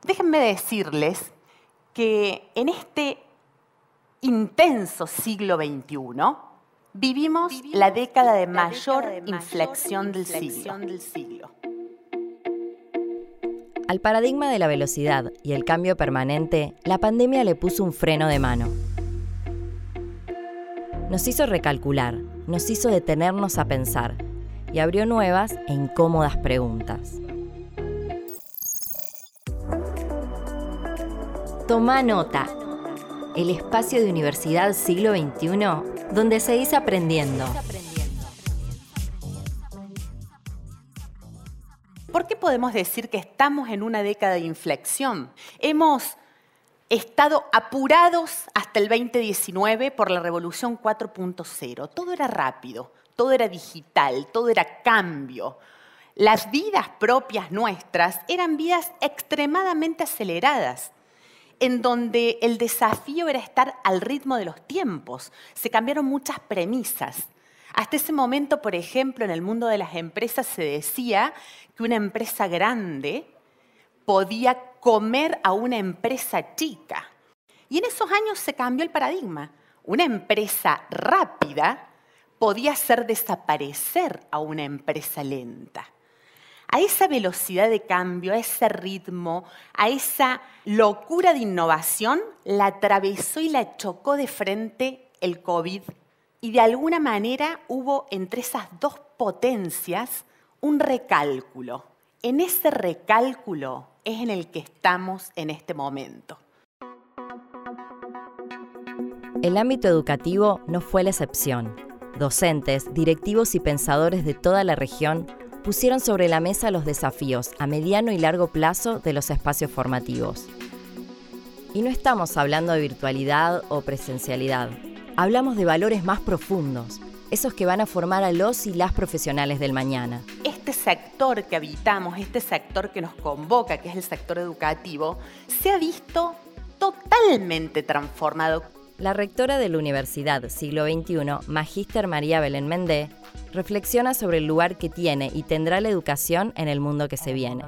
Déjenme decirles que en este intenso siglo XXI vivimos la década de mayor inflexión del siglo. Al paradigma de la velocidad y el cambio permanente, la pandemia le puso un freno de mano. Nos hizo recalcular, nos hizo detenernos a pensar y abrió nuevas e incómodas preguntas. Toma nota, el espacio de Universidad Siglo XXI donde seguís aprendiendo. ¿Por qué podemos decir que estamos en una década de inflexión? Hemos estado apurados hasta el 2019 por la revolución 4.0. Todo era rápido, todo era digital, todo era cambio. Las vidas propias nuestras eran vidas extremadamente aceleradas, en donde el desafío era estar al ritmo de los tiempos. Se cambiaron muchas premisas. Hasta ese momento, por ejemplo, en el mundo de las empresas se decía que una empresa grande podía comer a una empresa chica. Y en esos años se cambió el paradigma. Una empresa rápida podía hacer desaparecer a una empresa lenta. A esa velocidad de cambio, a ese ritmo, a esa locura de innovación, la atravesó y la chocó de frente el COVID. Y de alguna manera hubo entre esas dos potencias un recálculo. En ese recálculo es en el que estamos en este momento. El ámbito educativo no fue la excepción. Docentes, directivos y pensadores de toda la región pusieron sobre la mesa los desafíos a mediano y largo plazo de los espacios formativos. Y no estamos hablando de virtualidad o presencialidad. Hablamos de valores más profundos, esos que van a formar a los y las profesionales del mañana. Este sector que habitamos, este sector que nos convoca, que es el sector educativo, se ha visto totalmente transformado. La rectora de la Universidad Siglo XXI, Magíster María Belén Mendé, reflexiona sobre el lugar que tiene y tendrá la educación en el mundo que se viene.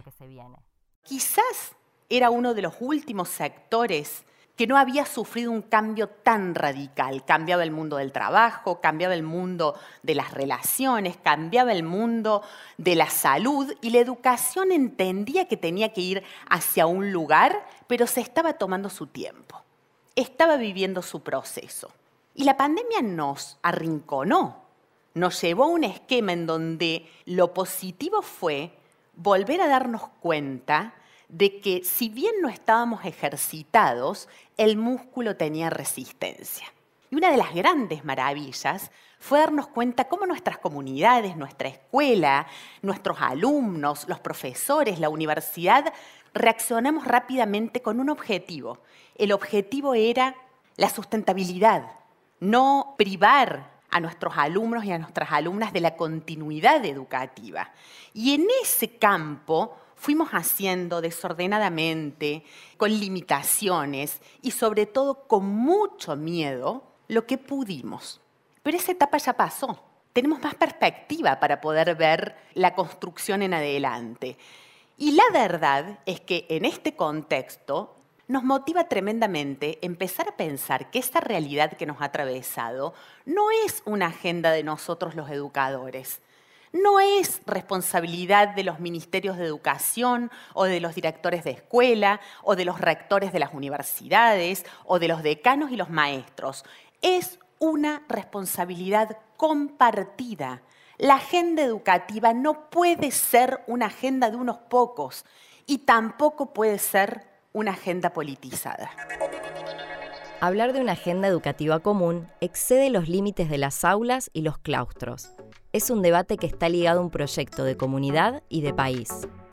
Quizás era uno de los últimos sectores que no había sufrido un cambio tan radical. Cambiaba el mundo del trabajo, cambiaba el mundo de las relaciones, cambiaba el mundo de la salud y la educación entendía que tenía que ir hacia un lugar, pero se estaba tomando su tiempo. Estaba viviendo su proceso. Y la pandemia nos arrinconó, nos llevó a un esquema en donde lo positivo fue volver a darnos cuenta de que si bien no estábamos ejercitados, el músculo tenía resistencia. Y una de las grandes maravillas fue darnos cuenta cómo nuestras comunidades, nuestra escuela, nuestros alumnos, los profesores, la universidad, reaccionamos rápidamente con un objetivo. El objetivo era la sustentabilidad, no privar a nuestros alumnos y a nuestras alumnas de la continuidad educativa. Y en ese campo fuimos haciendo desordenadamente, con limitaciones y sobre todo con mucho miedo, lo que pudimos. Pero esa etapa ya pasó. Tenemos más perspectiva para poder ver la construcción en adelante. Y la verdad es que en este contexto nos motiva tremendamente empezar a pensar que esta realidad que nos ha atravesado no es una agenda de nosotros los educadores. No es responsabilidad de los ministerios de educación o de los directores de escuela o de los rectores de las universidades o de los decanos y los maestros. Es una responsabilidad compartida. La agenda educativa no puede ser una agenda de unos pocos y tampoco puede ser una agenda politizada. Hablar de una agenda educativa común excede los límites de las aulas y los claustros. Es un debate que está ligado a un proyecto de comunidad y de país.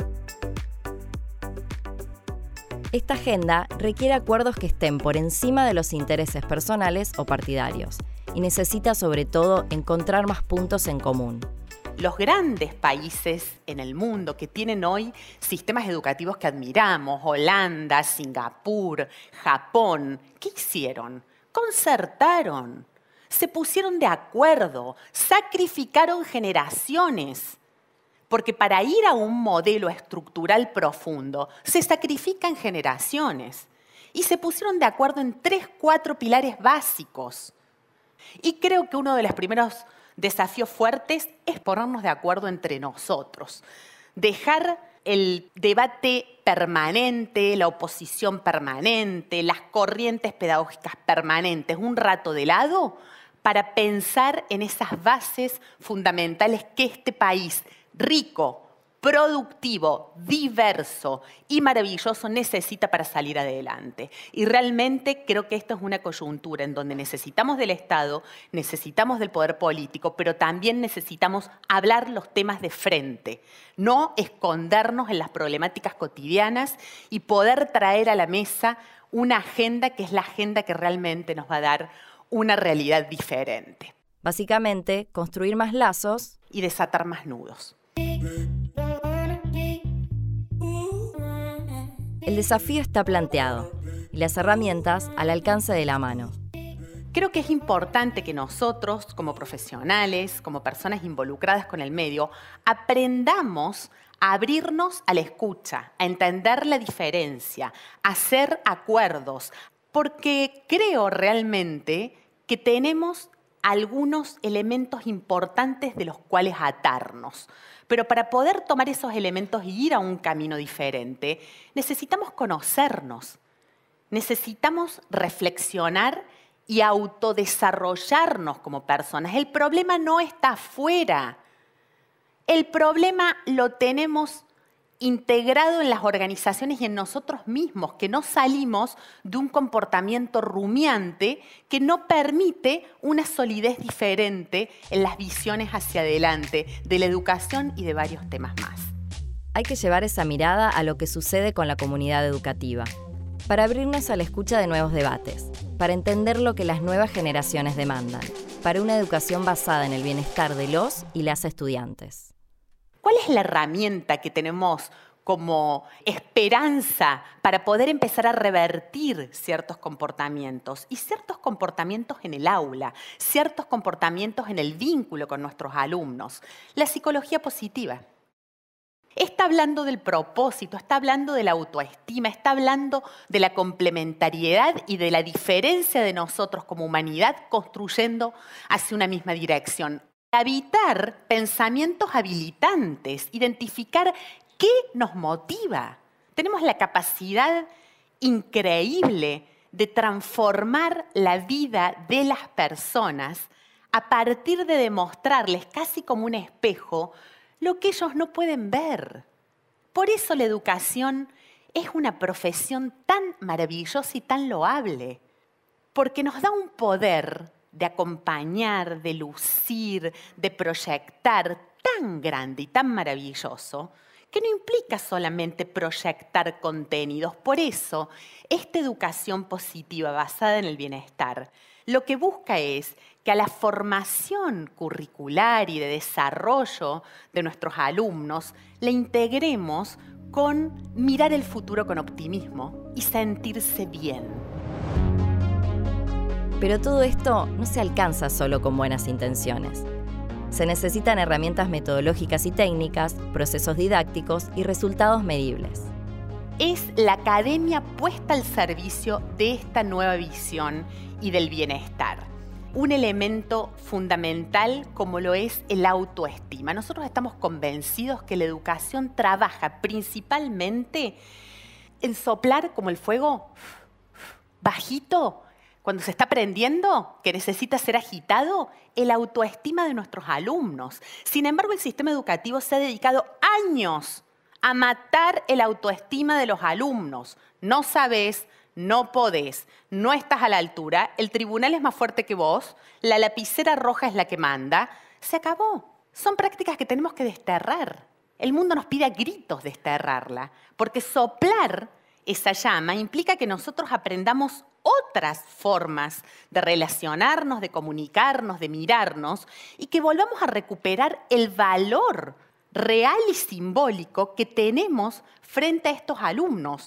Esta agenda requiere acuerdos que estén por encima de los intereses personales o partidarios y necesita sobre todo encontrar más puntos en común. Los grandes países en el mundo que tienen hoy sistemas educativos que admiramos, Holanda, Singapur, Japón, ¿qué hicieron? Concertaron, se pusieron de acuerdo, sacrificaron generaciones Porque para ir a un modelo estructural profundo se sacrifican generaciones y se pusieron de acuerdo en 3, 4 pilares básicos. Y creo que uno de los primeros desafíos fuertes es ponernos de acuerdo entre nosotros, dejar el debate permanente, la oposición permanente, las corrientes pedagógicas permanentes un rato de lado para pensar en esas bases fundamentales que este país rico, productivo, diverso y maravilloso necesita para salir adelante. Y realmente creo que esto es una coyuntura en donde necesitamos del Estado, necesitamos del poder político, pero también necesitamos hablar los temas de frente, no escondernos en las problemáticas cotidianas y poder traer a la mesa una agenda que es la agenda que realmente nos va a dar una realidad diferente. Básicamente, construir más lazos y desatar más nudos. El desafío está planteado y las herramientas al alcance de la mano. Creo que es importante que nosotros, como profesionales, como personas involucradas con el medio, aprendamos a abrirnos a la escucha, a entender la diferencia, a hacer acuerdos, porque creo realmente que tenemos algunos elementos importantes de los cuales atarnos. Pero para poder tomar esos elementos y ir a un camino diferente, necesitamos conocernos, necesitamos reflexionar y autodesarrollarnos como personas. El problema no está afuera. El problema lo tenemos integrado en las organizaciones y en nosotros mismos, que no salimos de un comportamiento rumiante que no permite una solidez diferente en las visiones hacia adelante de la educación y de varios temas más. Hay que llevar esa mirada a lo que sucede con la comunidad educativa, para abrirnos a la escucha de nuevos debates, para entender lo que las nuevas generaciones demandan, para una educación basada en el bienestar de los y las estudiantes. ¿Cuál es la herramienta que tenemos como esperanza para poder empezar a revertir ciertos comportamientos? Y ciertos comportamientos en el aula, ciertos comportamientos en el vínculo con nuestros alumnos. La psicología positiva. Está hablando del propósito, está hablando de la autoestima, está hablando de la complementariedad y de la diferencia de nosotros como humanidad construyendo hacia una misma dirección. Habitar pensamientos habilitantes, identificar qué nos motiva. Tenemos la capacidad increíble de transformar la vida de las personas a partir de demostrarles casi como un espejo lo que ellos no pueden ver. Por eso la educación es una profesión tan maravillosa y tan loable, porque nos da un poder de acompañar, de lucir, de proyectar tan grande y tan maravilloso que no implica solamente proyectar contenidos. Por eso, esta educación positiva basada en el bienestar lo que busca es que a la formación curricular y de desarrollo de nuestros alumnos le integremos con mirar el futuro con optimismo y sentirse bien. Pero todo esto no se alcanza solo con buenas intenciones. Se necesitan herramientas metodológicas y técnicas, procesos didácticos y resultados medibles. Es la academia puesta al servicio de esta nueva visión y del bienestar. Un elemento fundamental como lo es el autoestima. Nosotros estamos convencidos que la educación trabaja principalmente en soplar como el fuego bajito, cuando se está prendiendo, que necesita ser agitado, el autoestima de nuestros alumnos. Sin embargo, el sistema educativo se ha dedicado años a matar el autoestima de los alumnos. No sabés, no podés, no estás a la altura, el tribunal es más fuerte que vos, la lapicera roja es la que manda. Se acabó. Son prácticas que tenemos que desterrar. El mundo nos pide a gritos desterrarla, porque soplar esa llama implica que nosotros aprendamos otras formas de relacionarnos, de comunicarnos, de mirarnos y que volvamos a recuperar el valor real y simbólico que tenemos frente a estos alumnos.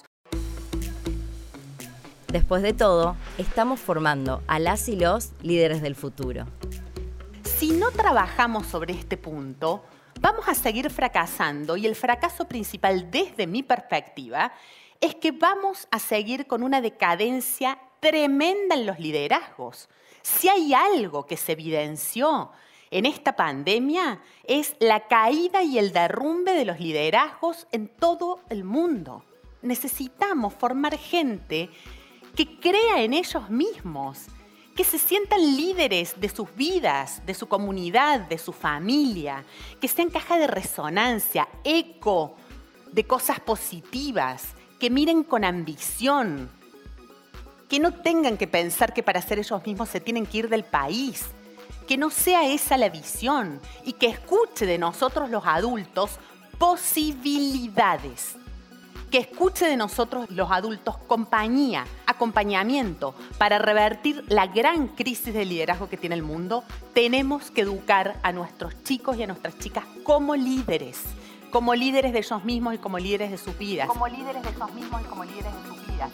Después de todo, estamos formando a las y los líderes del futuro. Si no trabajamos sobre este punto, vamos a seguir fracasando y el fracaso principal desde mi perspectiva es que vamos a seguir con una decadencia tremenda en los liderazgos. Si hay algo que se evidenció en esta pandemia es la caída y el derrumbe de los liderazgos en todo el mundo. Necesitamos formar gente que crea en ellos mismos, que se sientan líderes de sus vidas, de su comunidad, de su familia, que sean caja de resonancia, eco de cosas positivas, que miren con ambición, que no tengan que pensar que para ser ellos mismos se tienen que ir del país, que no sea esa la visión y que escuche de nosotros los adultos posibilidades. Que escuche de nosotros los adultos compañía, acompañamiento. Para revertir la gran crisis de liderazgo que tiene el mundo, tenemos que educar a nuestros chicos y a nuestras chicas como líderes de ellos mismos y como líderes de sus vidas. Como líderes de ellos mismos y como líderes de sus vidas.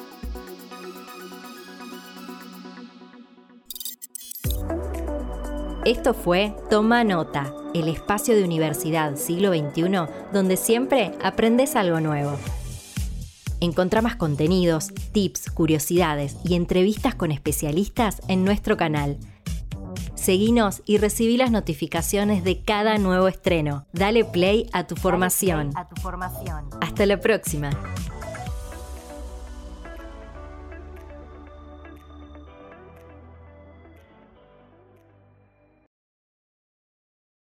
Esto fue Toma Nota, el espacio de Universidad Siglo XXI donde siempre aprendes algo nuevo. Encontrá más contenidos, tips, curiosidades y entrevistas con especialistas en nuestro canal. Seguinos y recibí las notificaciones de cada nuevo estreno. Dale play a tu formación. Hasta la próxima.